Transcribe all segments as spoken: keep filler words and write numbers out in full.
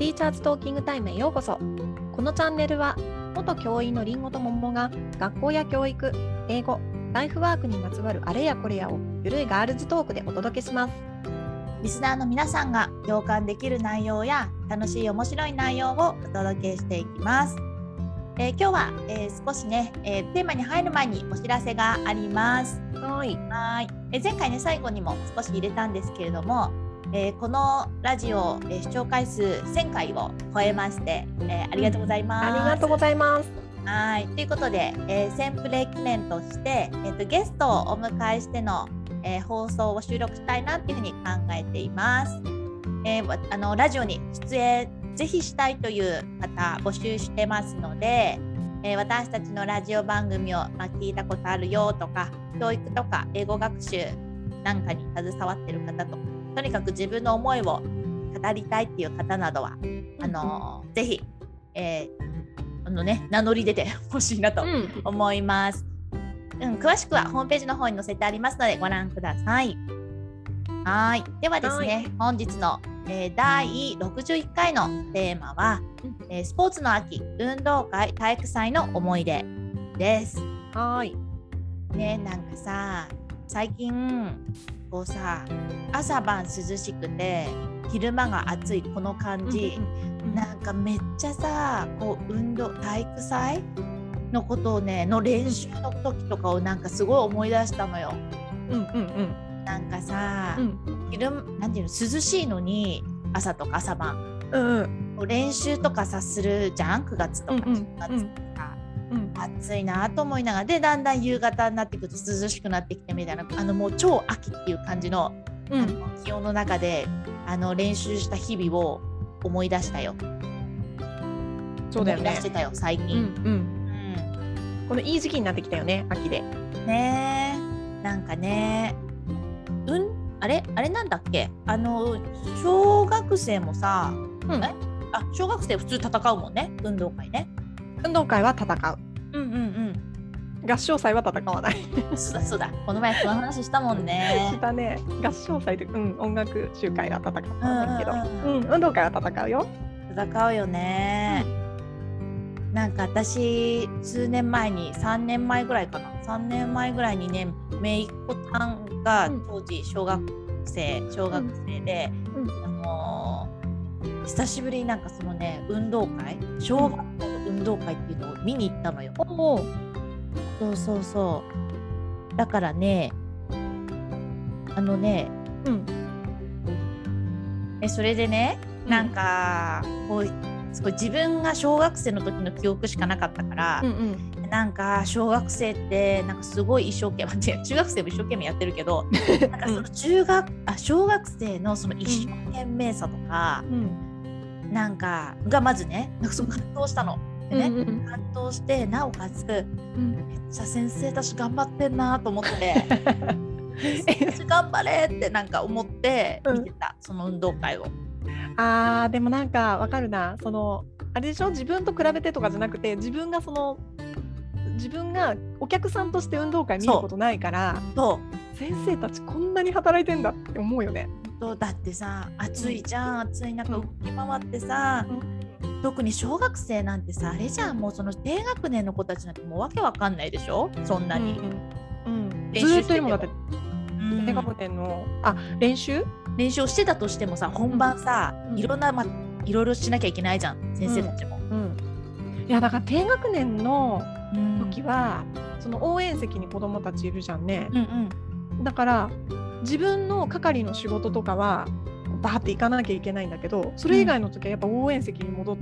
ティーチャーズトーキングタイムへようこそ。このチャンネルは元教員のりんごと桃が学校や教育、英語、ライフワークにまつわるあれやこれやをゆるいガールズトークでお届けします。 リスナーの皆さんが共感できる内容や楽しい面白い内容をお届けしていきます。えー、今日は、えー、少しね、えー、テーマに入る前にお知らせがあります。 はいはい、えー、前回ね最後にも少し入れたんですけれども、えー、このラジオ、えー、視聴回数せんかいを超えまして、えー、ありがとうございます、 うん、ありがとうございます。 はいということで、えー、せんプレイ記念として、えー、とゲストをお迎えしての、えー、放送を収録したいなっていうふうに考えています。えー、あのラジオに出演ぜひしたいという方募集してますので、えー、私たちのラジオ番組を、まあ、聞いたことあるよとか、教育とか英語学習なんかに携わっている方とか、とにかく自分の思いを語りたいっていう方などは、あのー、ぜひ、えーあのね、名乗り出てほしいなと思います、うんうん、詳しくはホームページの方に載せてありますのでご覧ください。はいではですね、本日のえー、だいろくじゅういっかいのテーマは、えー、スポーツの秋運動会体育祭の思い出です。 はいね、なんかさ最近こうさ朝晩涼しくて昼間が暑いこの感じ、うんうんうん、なんかめっちゃさこう運動体育祭のことをねの練習の時とかをなんかすごい思い出したのよ。 うんうんうんなんかさ、うん、昼なんていうの涼しいのに朝とか朝晩、うんうん、練習とかさするじゃんくがつとかじゅうがつとか、うんうん、暑いなと思いながらでだんだん夕方になってくると涼しくなってきてみたいなあのもう超秋っていう感じ の,、うん、あの気温の中であの練習した日々を思い出したよ。 そうだよね。 思い出してたよ最近、うんうんうん、 このいい時期になってきたよね秋でねえなんかねうんあれあれなんだっけあの小学生もさ、うん、えあ小学生普通戦うもんね運動会ね。 運動会は戦う。 うんうんうん合唱祭は戦わないそうだそうだこの前その話したもんねしたね。合唱祭で、うん、音楽集会は戦ったんだけど、うんうんうん、運動会は戦うよ。 戦うよね、うん、なんか私数年前にさんねんまえぐらいかなさんねんまえぐらいにね姪っ子さんが当時小学生、うん、小学生で、うん、あのー、久しぶりになんかそのね運動会小学校の運動会っていうのを見に行ったのよ、うん、そうそうそうだからねあのね、うん、えそれでねなんかこうすごい自分が小学生の時の記憶しかなかったから、うんうん、なんか小学生ってなんかすごい一生懸命中学生も一生懸命やってるけどなんかその中学あ小学生のその一生懸命さとか、うん、なんかがまずねなんかすごい感動したのでね、うんうん、感動してなおかつ、うん、めっちゃ先生たち頑張ってんなと思って先生たち頑張れってなんか思って見てた、うん、その運動会を。 あーでもなんかわかるなそのあれでしょ自分と比べてとかじゃなくて自分がその自分がお客さんとして運動会見ることないからそう先生たちこんなに働いてんだって思うよね。 そうだってさ暑いじゃん、うん、暑い中動き回ってさ、うん、特に小学生なんてさあれじゃんもうその低学年の子たちなんてもうわけわかんないでしょそんなに、 うんうん、練習しててもだって低学年のあ練習練習をしてたとしてもさ本番さ、うん、いろんな、ま、いろいろしなきゃいけないじゃん先生たちも、うんうん、いやだから低学年の時は、うん、その応援席に子どもたちいるじゃんね、うんうん、だから自分の係の仕事とかはバーって行かなきゃいけないんだけどそれ以外の時はやっぱ応援席に戻って、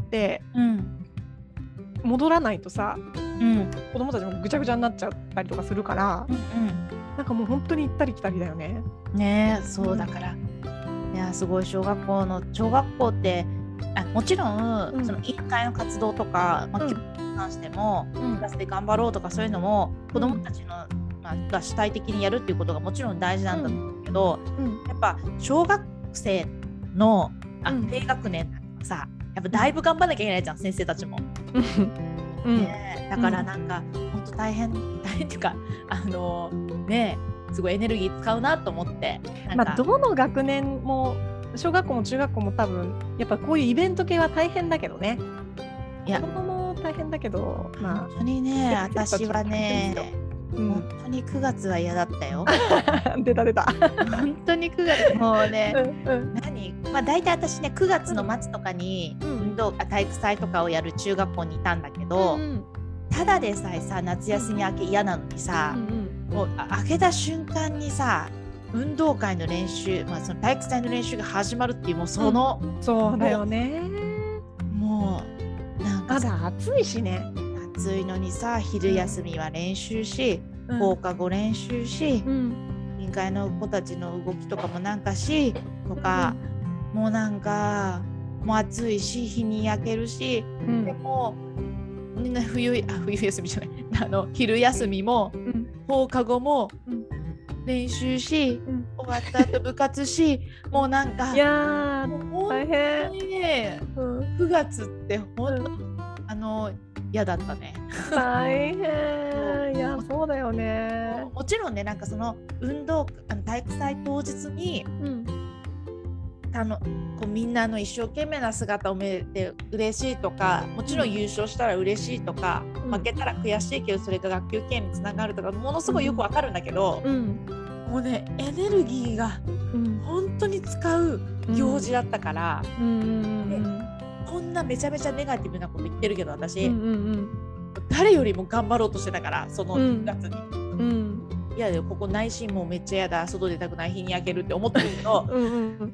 うん、戻らないとさ、うん、子どもたちもぐちゃぐちゃになっちゃったりとかするから、うんうん、なんかもう本当に行ったり来たりだよね。 ねえそうだから、いやすごい小学校の小学校ってあもちろん、うん、その委員会の活動とか、まあ、教育に関しても、うん、クラスで頑張ろうとかそういうのも子どもたちの、まあ、が主体的にやるっていうことがもちろん大事なんだと思うけど、うん、やっぱ小学生のあ、うん、低学年なんかさやっぱだいぶ頑張らなきゃいけないじゃん先生たちも、うんね、だからなんか、うん、本当大変大変っていうかあのねすごいエネルギー使うなと思ってまあ、どの学年も小学校も中学校も多分やっぱこういうイベント系は大変だけどね。いや子供も大変だけど、まあ本当にね、私はね、うん、本当にくがつは嫌だったよ。 出た出た。 本当にくがつもうね、うんうん、何、まあ大体私ねくがつの末とかに運動、うん、体育祭とかをやる中学校にいたんだけど、うんうん、ただでさえさ夏休み明け嫌なのにさ、うんうん、もう明けた瞬間にさ運動会の練習、まあ、その体育祭の練習が始まるっていうもうその、 うん、そうだよね。 もうなんかまだ暑いしね。 暑いのにさ昼休みは練習し、うん、放課後練習し、うん、委員会の子たちの動きとかもなんかしとか、うん、もうなんかもう暑いし日に焼けるし、うん、でもみんな冬あ冬休みじゃないあの昼休みも、うん、放課後も、うん練習し、うん、終わった後部活しもうなんかいやもう大変本当にね、うん、くがつって本当、うん、あの嫌だったね大変いやそうだよね。 もちろんねなんかその運動あの体育祭当日に、うん、あのこうみんなの一生懸命な姿を見れて嬉しいとかもちろん優勝したら嬉しいとか、うん、負けたら悔しいけどそれが学級経営につながるとかものすごいよくわかるんだけど、うん、もうねエネルギーが本当に使う行事だったから、うん、でこんなめちゃめちゃネガティブなこと言ってるけど私、うんうんうん、誰よりも頑張ろうとしてたからそのくがつに。うんうんいやでここ内心もうめっちゃ嫌だ外出たくない日に焼けるって思ってるけどうん、うん、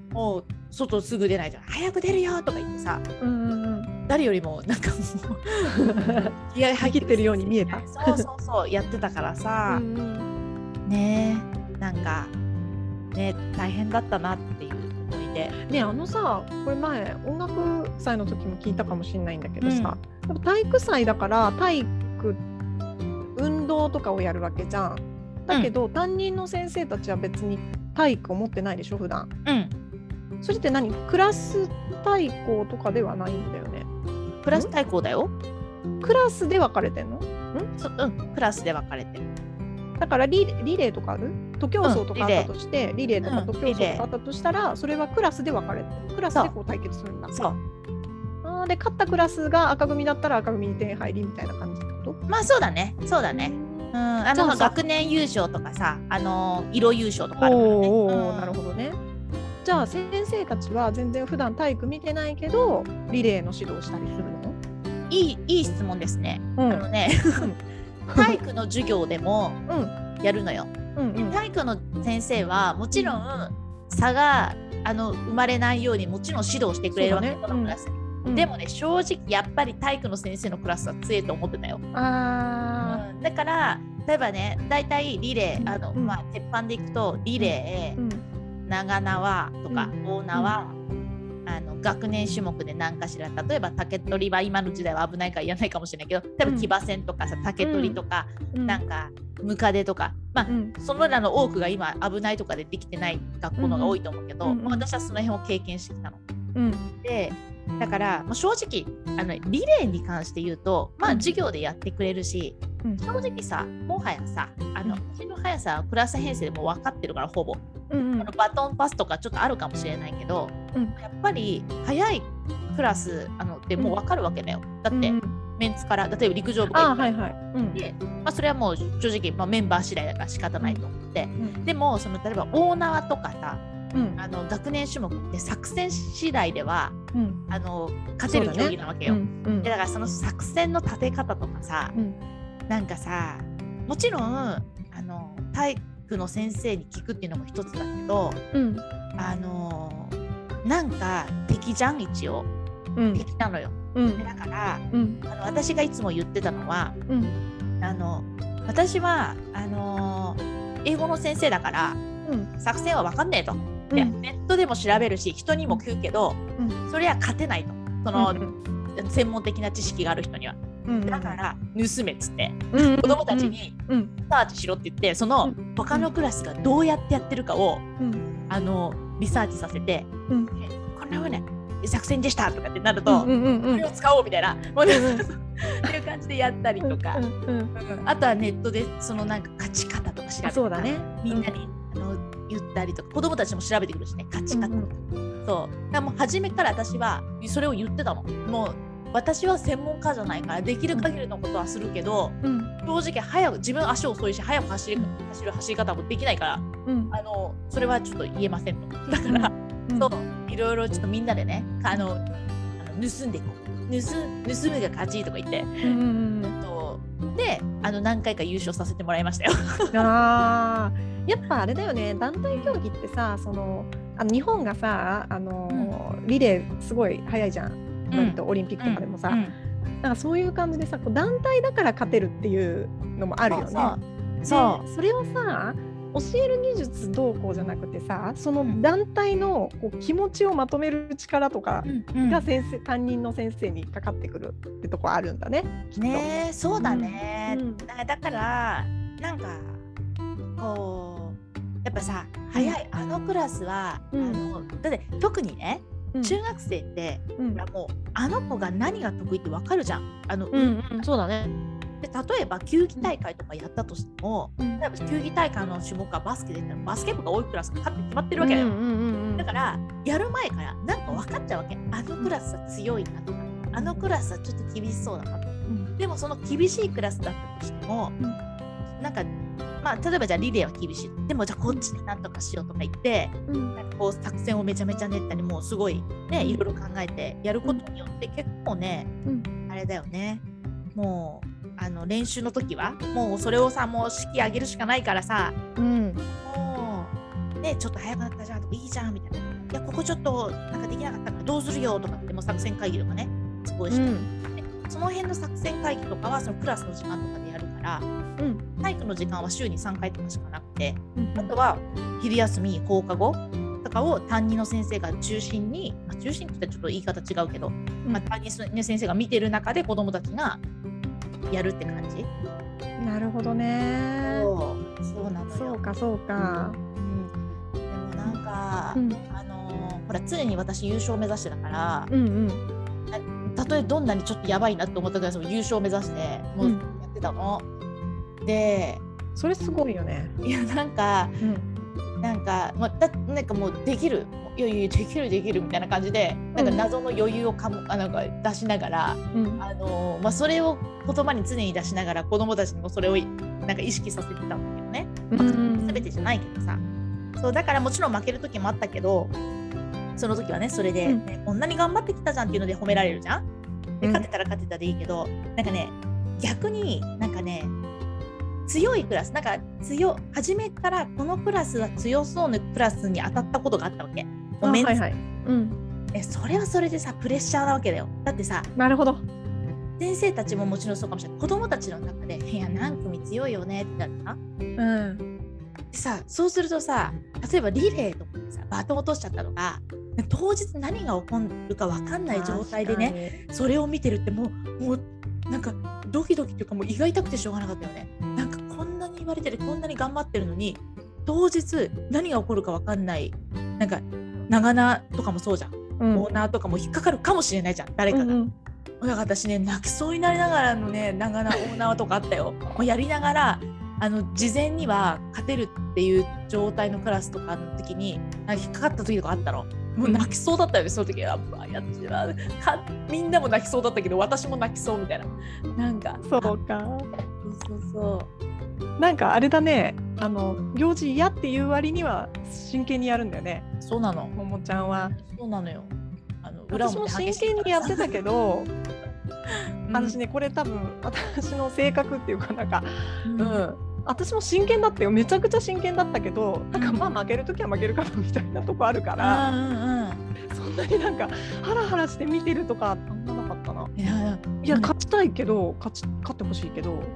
もう外すぐ出ないじゃん早く出るよとか言ってさ、うんうん、誰よりもなんかもう気合入ってるように見えたそうそうそうやってたからさ、うんうん、ねえなんかね大変だったなっていう思いでねあのさこれ前音楽祭の時も聞いたかもしれないんだけどさ、うん、体育祭だから体育運動とかをやるわけじゃんだけど、うん、担任の先生たちは別に体育を持ってないでしょ普段、うん、それって何クラス対抗とかではないんだよね。 クラス対抗だよ。 クラスで分かれてんの？んそうんクラスで分かれてる。 だからリリレーとかある？徒競走とかあったとして、うん、リレーとか徒競走とかあったとしたら、うん、それはクラスで分かれてる。クラスでこう対決するんだ。 そうあで勝ったクラスが赤組だったら赤組に点入りみたいな感じってこと？ まあそうだねそうだね。うん、あの学年優勝とかさ、あの色優勝とかあるからね。 おー、うん、なるほどね。じゃあ先生たちは全然普段体育見てないけどリレーの指導したりするの？ いいいい質問ですね。うん、あのね体育の授業でもやるのよ。うんうん、体育の先生はもちろん差があの生まれないようにもちろん指導してくれるわけ、ね、このクラスに。うん、でもね正直やっぱり体育の先生のクラスは強いと思ってたよ。あ、うん、だから例えばねだいたいリレーあの、うんまあ、鉄板でいくとリレー、うん、長縄とか大縄、うん、あの学年種目で何かしら例えば竹取は今の時代は危ないからやらないかもしれないけど例えば騎馬戦とかさ竹取とか、うん、なんかムカデとか、まあうん、そのらの多くが今危ないとかでできてない学校のが多いと思うけど、うんまあ、私はその辺を経験してきたの。うん、でだからもう正直あのリレーに関して言うとまあ授業でやってくれるし、うん、正直さもはやさあのうちの速さはクラス編成でも分かってるからほぼ、うんうん、あのバトンパスとかちょっとあるかもしれないけど、うん、やっぱり速いクラスあのでもう分かるわけだよ。だって、うん、メンツから例えば陸上部がいっぱいいて、はいはいうんでまあ、それはもう正直、まあ、メンバー次第だから仕方ないと思って、うん、でもその例えば大縄とかさうん、あの学年種目って作戦次第では、うん、あの勝てる競技なわけよ。だ、ねうんうん、だからその作戦の立て方とかさ、うん、なんかさもちろんあの体育の先生に聞くっていうのも一つだけど、うん、あのなんか敵じゃん一応、うん、敵なのよ。うん、だから、うん、あの私がいつも言ってたのは、うん、あの私はあの英語の先生だから、うん、作戦は分かんねえと。いやネットでも調べるし人にも聞くけど、うん、それは勝てないとその、うん、専門的な知識がある人には、うん、だから盗めっつって、うん、子供たちにサーチしろって言ってその他のクラスがどうやってやってるかを、うん、あのリサーチさせて、うん、こんなふうな作戦でしたとかってなると、うんうんうんうん、これを使おうみたいな、うんうん、っていう感じでやったりとか、うんうんうん、あとはネットでそのなんか勝ち方とか調べて、 そうだね、 みんなに、うん、あの言ったりとか、子供たちも調べてくるしね、勝ち方とか、うんうん、そうだからもう初めから私はそれを言ってたの。もう私は専門家じゃないからできる限りのことはするけど、うん、正直早く自分足遅いし早く走る、走る走り方もできないから、うん、あのそれはちょっと言えませんと。だから、うん、そういろいろちょっとみんなでね、あの、あの盗んでいこう、盗, 盗むが勝ちとか言って、うんうんうん、であの何回か優勝させてもらいましたよ。 あやっぱあれだよね、団体競技ってさ、そのあの日本がさあの、うん、リレーすごい早いじゃん。割とオリンピックとかでもさ、うんうん、なんかそういう感じでさ、こう団体だから勝てるっていうのもあるよね。そう、それをさ教える技術どうこうじゃなくてさ、その団体のこう気持ちをまとめる力とかが先生、うんうん、担任の先生にかかってくるってとこあるんだね。 ねえ、そうだね、うん、だからなんかこうやっぱさ、早いあのクラスは、うん、あのだって特にね中学生って、うん、もうあの子が何が得意って分かるじゃん。あの、うんうん、そうだね。で例えば球技大会とかやったとしても、うん、例えば球技大会の種目がバスケで言ったらバスケ部が多いクラスが勝って決まってるわけだよ、うんうんうん、だからやる前からなんか分かっちゃうわけ。あのクラスは強いなとか、あのクラスはちょっと厳しそうだなとか、うん、でもその厳しいクラスだったとしても、うん、なんかまあ、例えばじゃあリレーは厳しい、でもじゃあこっちでなんとかしようとか言って、うん、なんかこう作戦をめちゃめちゃ練ったりもうすごいね、いろいろ考えてやることによって結構ね、うん、あれだよね、もうあの練習の時はもうそれをさもう式上げるしかないからさ、うん、もうねちょっと早くなったじゃんとかいいじゃんみたいな、いやここちょっとなんかできなかったからどうするよとかっても作戦会議とかねすごいして、うん、その辺の作戦会議とかはそのクラスの時間とかでやるから、うん、体育の時間は週にさんかいとかしかなくて、うん、あとは昼休み放課後とかを担任の先生が中心に、まあ、中心って言ったらちょっと言い方違うけど、うんまあ、担任の先生が見てる中で子どもたちがやるって感じ。 なるほどね。 そう、そうなのよ。 そうかそうか、 うんうん、でもなんか、うん、あのー、ほら常に私優勝を目指してたから、うんうん、たとえどんなにちょっとやばいなって思ったぐらい優勝を目指してもうやってたの、うん、でそれすごいよね。 いやなんか、うん、なんか、まあ、だなんかもうできるいやいやできるできるみたいな感じでなんか謎の余裕をかも、うん、あなんか出しながら、うんあのまあ、それを言葉に常に出しながら子どもたちにもそれをなんか意識させてたんだけどね、まあ、全てじゃないけどさ、そうだからもちろん負ける時もあったけどその時はねそれで、ねうん、こんなに頑張ってきたじゃんっていうので褒められるじゃん。で勝てたら勝てたでいいけど、うん、なんかね逆になんかね強いクラスなんか強初めからこのクラスは強そうなクラスに当たったことがあったわけ。 あはいはいうん、 えそれはそれでさプレッシャーなわけだよ。だってさなるほど先生たちももちろんそうかもしれない。子供たちの中でいや何組強いよねってなるな、うん、でさそうするとさ例えばリレーとかでさバトン落としちゃったとか当日何が起こるか分かんない状態でねそれを見てるってもうもうなんかドキドキというかもう胃が痛くてしょうがなかったよね。なんかこんなに言われてるこんなに頑張ってるのに当日何が起こるか分かんないなんか長名とかもそうじゃん、うん、オーナーとかも引っかかるかもしれないじゃん誰かが、うんうん、だから私ね泣きそうになりながらのね長名オーナーとかあったよもうやりながらあの事前には勝てるっていう状態のクラスとかの時になんか引っかかった時とかあったの。もう泣きそうだったよねその時は。やつはかみんなも泣きそうだったけど私も泣きそうみたいな。なんかそうかそうそうそうなんかあれだねあの行事嫌っていう割には真剣にやるんだよね。 そうなのももちゃんは。 そうなのよ。あの裏私も真剣にやってたけど、うん、私ねこれ多分私の性格っていうかなんか、うん、うん、私も真剣だったよ。めちゃくちゃ真剣だったけどなんかまあ負けるときは負けるかなみたいなとこあるから、うんうんうん、そんなになんかハラハラして見てるとかあんまなかったな。いやいや勝ちたいけど勝ち勝ってほしいけど、うん、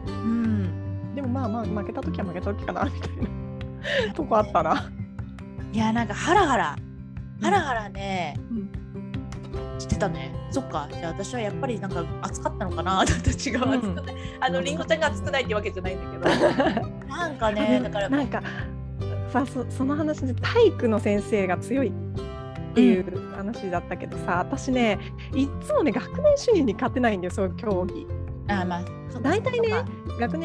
でもまあまあ負けたときは負けたときかなみたいなとこあったな。 いやなんかハラハラハラハラね、うん、してたね。そっかじゃあ私はやっぱりなんか暑かったのかなだって違う、うん、あのりんごちゃんが暑くないってわけじゃないんだけどなんかねだからなんかさ そ, その話で体育の先生が強いっていう話だったけどさ、うん、私ねいっつもね学年主任に勝てないんだよそういう競技。 あまあ大体ね学年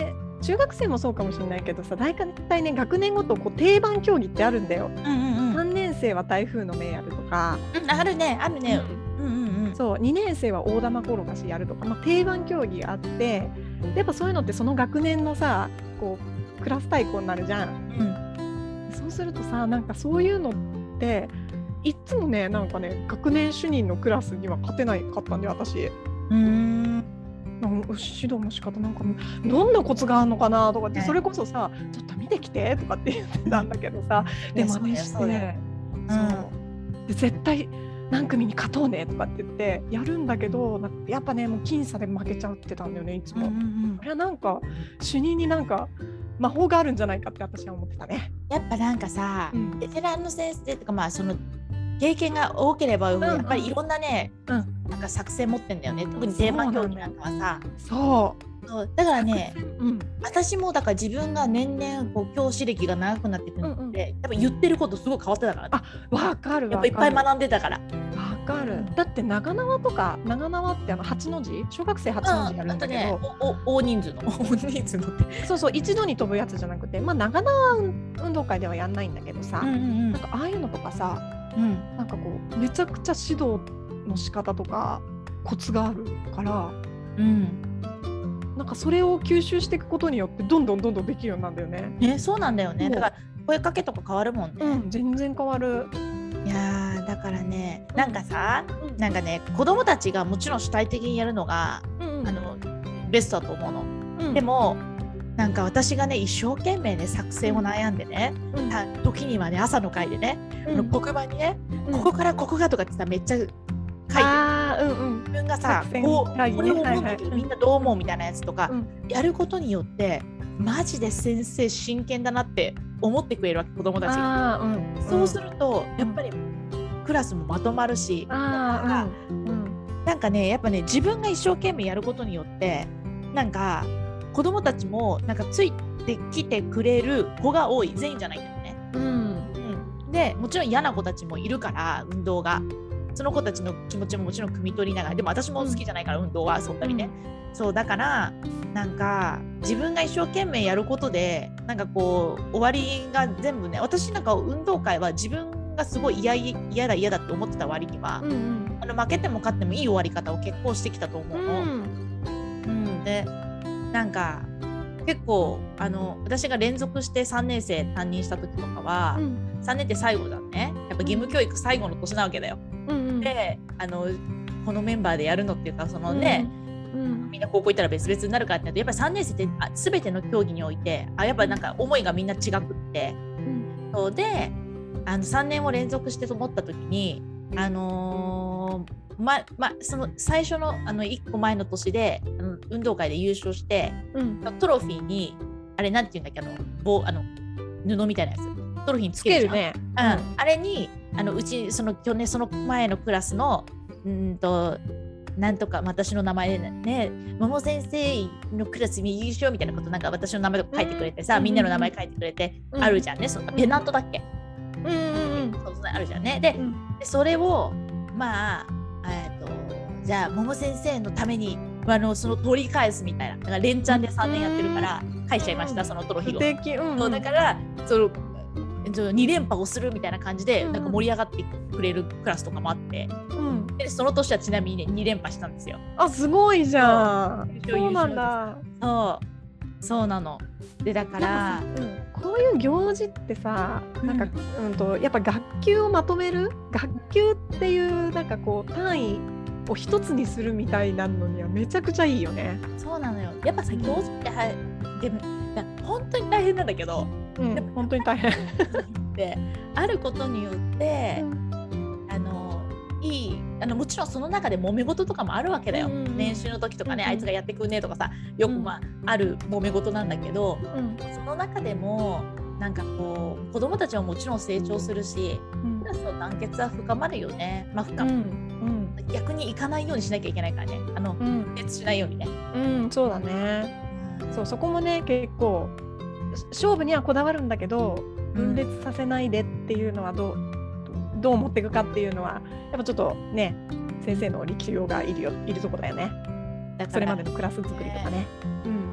中学生もそうかもしれないけどさ、大体ね学年ごとこう定番競技ってあるんだよ。うんうんうん、さんねん生は台風の目やるとか、 うん、あるねあるね、うんうんうん、 そうにねん生は大玉転がしやるとか、まあ、定番競技があって、やっぱそういうのってその学年のさこうクラス対抗になるじゃん、うん、そうするとさ、なんかそういうのっていっつもね、なんかね学年主任のクラスには勝てないかったんで、私。うーん、指導の仕方なんかどんなコツがあるのかなとかって、それこそさ、ちょっと見てきてとかって言ってたんだけどさ、で真似して、そうで絶対何組に勝とうねとかって言ってやるんだけど、なんかやっぱねもう僅差で負けちゃってたんだよね、いつも。うんうんうん、これはなんか主任になんか魔法があるんじゃないかって私は思ってたね。 やっぱなんかさ、うん、ベテランの先生とか、まあその経験が多ければ、うんうん、やっぱりいろんなね、うん、なんか作戦持ってんだよね、特に定番競技なんかはさ。 そうそうだからね、うん、私もだから自分が年々こう教師歴が長くなってくるので、うんうん、やっぱ言ってることすごい変わってたから、ね、 あ、わかるわかる、 やっぱいっぱい学んでたから。 わかる。だって長縄とか、長縄ってあのはちの字、小学生はちの字やるんだけど、 うん、あとね、おお大人数の大人数のってそうそう、一度に飛ぶやつじゃなくて、まあ長縄運動会ではやんないんだけどさ、うんうんうん、なんかああいうのとかさ、うん、なんかこうめちゃくちゃ指導の仕方とかコツがあるから、うん、なんかそれを吸収していくことによってどんどんどんどんできるようになるんだよね。 ね、そうなんだよね。だから声かけとか変わるもんね。 うん、全然変わる。 いやだからね、なんかさ、うん、なんかね子供たちがもちろん主体的にやるのが、うんうん、あのベストだと思うの、うん、でもなんか私がね一生懸命ね作戦を悩んでね、うん、時にはね朝の会でね、うん、黒板にね、うん、ここからここがとかってさめっちゃ書いてる、うんうん、自分がさこう、ね、これを思うんだけど、はいはい、みんなどう思うみたいなやつとか、うん、やることによってマジで先生真剣だなって思ってくれるわけ、子供たちが、うん、そうすると、うん、やっぱりクラスもまとまるし、あ、うんうん、なんかねやっぱね自分が一生懸命やることによってなんか子供たちもなんかついてきてくれる子が多い、全員じゃないんだよね、うんうん、でもちろん嫌な子たちもいるから運動がその子たちの気持ちももちろん汲み取りながら、でも私も好きじゃないから、うん、運動はそんなにね、うん、そうだからなんか自分が一生懸命やることでなんかこう終わりが全部ね、私なんか運動会は自分がすごい嫌嫌だ嫌だって思ってた割には、うんうん、あの負けても勝ってもいい終わり方を結構してきたと思うの、うんうん、でなんか結構あの私が連続してさんねん生担任した時とかは、うん、さんねんって最後だね、やっぱ義務教育最後の年なわけだよ、うんうん、であのこのメンバーでやるのっていうかそのね、うんうん、みんな高校行ったら別々になるかってなるとやっぱりさんねん生ってあ全ての競技においてあやっぱなんか思いがみんな違くって、うん、そうであのさんねんを連続してと思った時にあのーまま、その最初 の, あのいっこまえの年であの運動会で優勝して、うん、トロフィーにあれなんていうんだっけ、あの棒あの布みたいなやつトロフィーにつけるじゃん、つけるね、うん、あれにあのうちその去年その前のクラスのうんとなんとか私の名前でね、桃先生のクラスに優勝みたいなことなんか私の名前とか書いてくれてさ、うん、みんなの名前書いてくれて、うん、あるじゃんね、そのペナントだっけ、うんうんうん、そうそうあるじゃんね、で、うん、でそれをまあえー、とじゃあ桃先生のためにあのその取り返すみたいな、だから連チャンでさんねんやってるから返しちゃいました、うん、そのトロフィーを、素敵、うんうん、そうだからそのに連覇をするみたいな感じで、うん、なんか盛り上がってくれるクラスとかもあって、うん、でその年はちなみに、ね、に連覇したんですよ。 あ、すごいじゃん。そうなんだ。 そうそうなので、だから、 うん、こういう行事ってさ、なんか、うんうんとやっぱ学級をまとめる、学級っていうなんかこう単位を一つにするみたいなのにはめちゃくちゃいいよね。 そうなのよ。やっぱさ、行事ってはでも本当に大変なんだけど、 うん、でも本当に大変であることによって、うん、あのいいあのもちろんその中で揉め事とかもあるわけだよ、うん、練習の時とかね、うん、あいつがやってくんねえとかさ、よくまあ、うん、ある揉め事なんだけど、うん、その中でもなんかこう子供たちはもちろん成長するし、クラスの団結は深まるよね。まあ深まる、うんうん、逆に行かないようにしなきゃいけないからね、あの、うん、熱しないようにね、 うん、そうだね、うん、そうそこもね結構勝負にはこだわるんだけど分裂させないでっていうのはどう、どう持っていくかっていうのはやっぱちょっとね先生の力量がいるよいるとこだよね。だからそれまでのクラス作りとかね、うん 、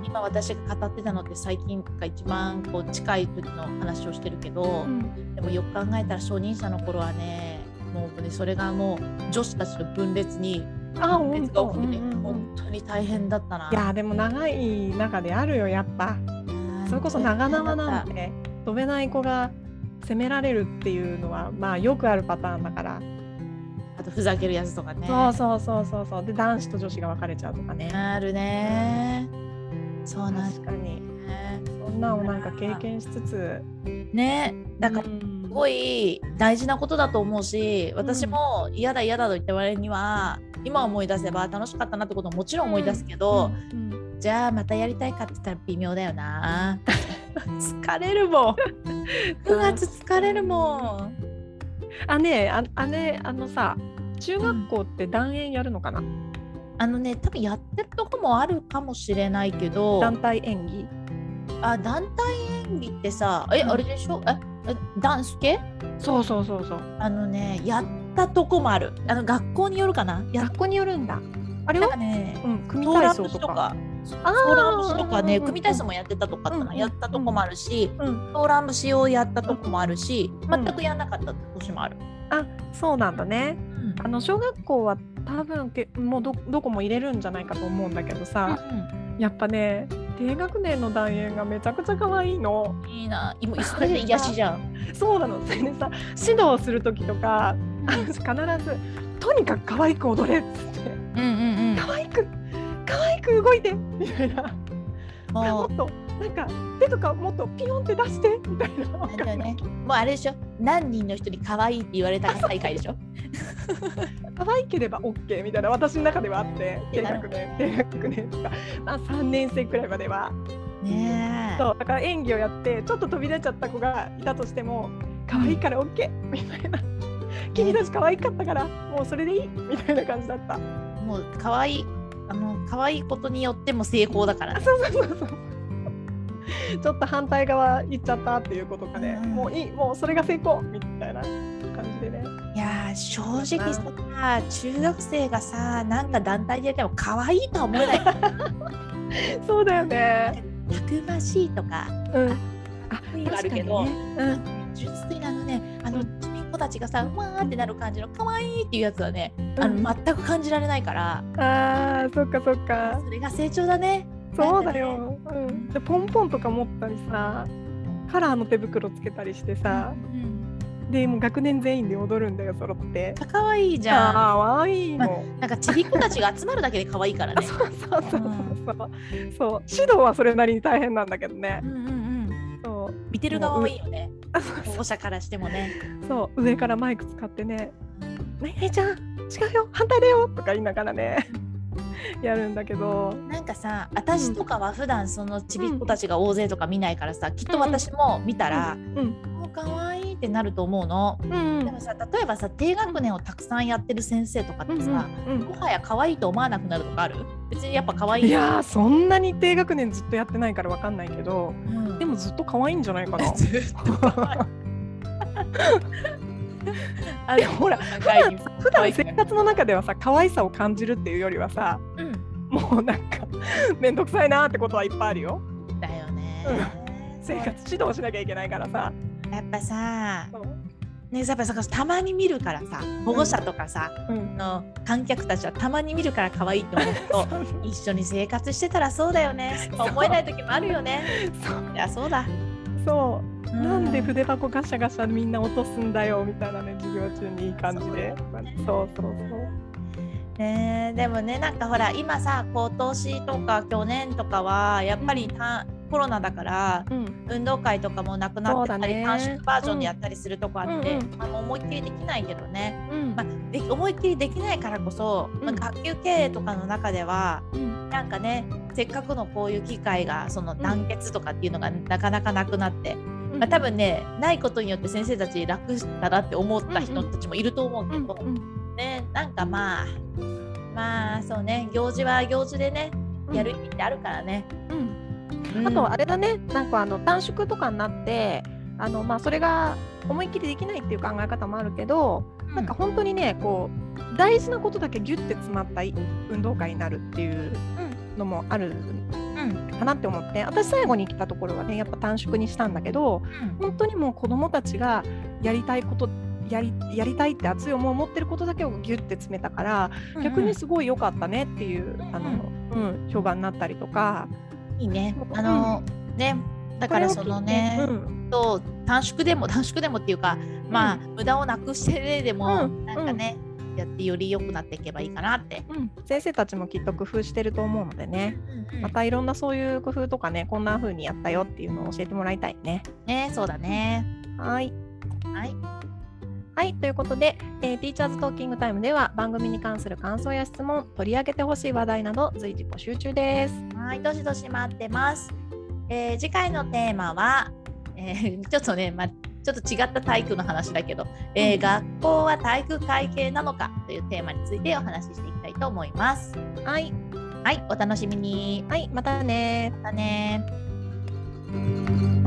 今私が語ってたのって最近が一番こう近い時の話をしてるけど、うん、でもよく考えたら初任者の頃はね、もうねそれがもう女子たちの分裂に分裂が起きて、うんうん、本当に大変だったな。 いやでも長い中であるよやっぱ。それこそ長縄なんて飛べない子が責められるっていうのはまあよくあるパターンだから。 あとふざけるやつとかね。 そうそうそうそうそう。で男子と女子が別れちゃうとかね。 あるね。そうなん確かに。そんなをなんか経験しつつね、だからすごい大事なことだと思うし、私も嫌だ嫌だと言った割には今思い出せば楽しかったなってことももちろん思い出すけど、うんうんうん、じゃあまたやりたいかって言ったら微妙だよな。疲れるもん。くがつ疲れるもん。 あねああねあのさ中学校って団演やるのかな、うん、 あのね多分やってるとこもあるかもしれないけど、 団体演技あ団体演技ってさえ、うん、あれでしょえダンス系？ そうそうそうそう。 あのねやったとこもある。あの学校によるかな。 学校によるんだ。あれはね、 うん、組体操とかソーラン節とかね、組体操もやってたとかあったな、うん、やったとこもあるし、うん、ソーラン節をやったとこもあるし、うん、全くやんなかった年もある。 あ、そうなんだね。うん、あの小学校は多分けもう ど, どこも入れるんじゃないかと思うんだけどさ、うんうん、やっぱね低学年の団員がめちゃくちゃ可愛いの。 いいな。今それで癒しじゃん。 そうなの。それでさ指導する時とか必ずとにかく可愛く踊れっつって、うんうんうん、可愛く可愛く動いてみたいな。もっとなんか手とかもっとピヨンって出してみたいな。 なんだよね。もうあれでしょ。何人の人に可愛いって言われたか大会でしょ。 可愛ければ OK みたいな私の中ではあって、低学年低学年とか、まあ、さんねん生くらいまではね。 そうだから演技をやってちょっと飛び出ちゃった子がいたとしても可愛いから OK みたいな。君たち可愛かったからもうそれでいいみたいな感じだった。 もう可愛いあの可愛いことによっても成功だからね。 そうそうそうそう。ちょっと反対側行っちゃったっていうことかね、うん、もういいもうそれが成功みたいな感じでね。 いや正直さ中学生がさなんか団体でやっても可愛いとは思えない。 そうだよね。 たくましいとか、うん、かっこいいがあるけど、ねうん、純粋なのねあのちびっ子たちがさわーってなる感じの可愛いっていうやつはね、うん、あの全く感じられないから。 あーそっかそっか。 それが成長だね。 そうだよ、うん、でポンポンとか持ったりさカラーの手袋つけたりしてさ、うん、でもう学年全員で踊るんだよ揃って。 かわいいじゃん。 かわいいの、 ま、なんかちびっ子たちが集まるだけでかわいいからね。 そうそうそうそう、うん、そう指導はそれなりに大変なんだけどね、うんうんうん、 そう見てる側はいいよね保護者からしてもね。 そう上からマイク使ってねねえちゃん違うよ反対だよとか言いながらねやるんだけどなんかさ私とかは普段そのちびっ子たちが大勢とか見ないからさ、うん、きっと私も見たら、うんうん、もうかわいいってなると思うの、うんうん、でもさ例えばさ低学年をたくさんやってる先生とかってさ、うんうんうん、もはやかわいいと思わなくなるとかある？別にやっぱかわいい。 いやそんなに低学年ずっとやってないからわかんないけど、うん、でもずっとかわいいんじゃないかな。ずっとかわいい。あでもほら普段普段生活の中ではさ可愛さを感じるっていうよりはさ、うん、もうなんかめんどくさいなってことはいっぱいあるよ。 だよね、 うん、生活指導しなきゃいけないからさやっぱさねやっぱさたまに見るからさ保護者とかさ、うん、の観客たちはたまに見るから可愛いと思うと一緒に生活してたらそうだよね思えない時もあるよね。そういやそうだそうなんで筆箱ガシャガシャみんな落とすんだよみたいなね授業中にいい感じでそうそうそう、 ね、でもねなんかほら今さ今年とか去年とかはやっぱりた、うん、コロナだから、うん、運動会とかもなくなってたり、ね、短縮バージョンでやったりするとこあって、うんうん、あの思いっきりできないけどね、うんまあ、で思いっきりできないからこそ、うんまあ、学級経営とかの中では、うん、なんかねせっかくのこういう機会がその団結とかっていうのがなかなかなくなって、うんまあ、多分ねないことによって先生たち楽だなって思った人たちもいると思うけど、うんうん、ねなんかまあまあそうね行事は行事でねやる意味ってあるからね、 うんうん、あとあれだねなんかあの短縮とかになってあの、まあ、それが思いっきりできないっていう考え方もあるけど、うん、なんか本当にねこう大事なことだけギュッて詰まった運動会になるっていうのもあるかなって思って、私最後に来たところはねやっぱ短縮にしたんだけど、うん、本当にもう子どもたちがやりたいことやり、やりたいって熱い思いを持ってることだけをギュッて詰めたから、うんうん、逆にすごい良かったねっていうあの、うんうん、評判になったりとか。 いいね。あの、うん、ねだからそのね、うん、と短縮でも短縮でもっていうか、まあ、うん、無駄をなくしてでも、うん、なんかね、うん、やってより良くなっていけばいいかなって、うん、 先生たちもきっと工夫してると思うのでね、うんうん、またいろんなそういう工夫とかね、こんな風にやったよっていうのを教えてもらいたいね。 ね、そうだね。 はいはいはい、ということで、えー、ティーチャーズトーキングタイムでは番組に関する感想や質問、取り上げてほしい話題など随時募集中です。 はい、どしどし待ってます。えー、次回のテーマは、えー、ちょっとね、ま、ちょっと違った体育の話だけど、えー、学校は体育会系なのかというテーマについてお話ししていきたいと思います。 はい、 はい、お楽しみに。 はい、またね。 またね。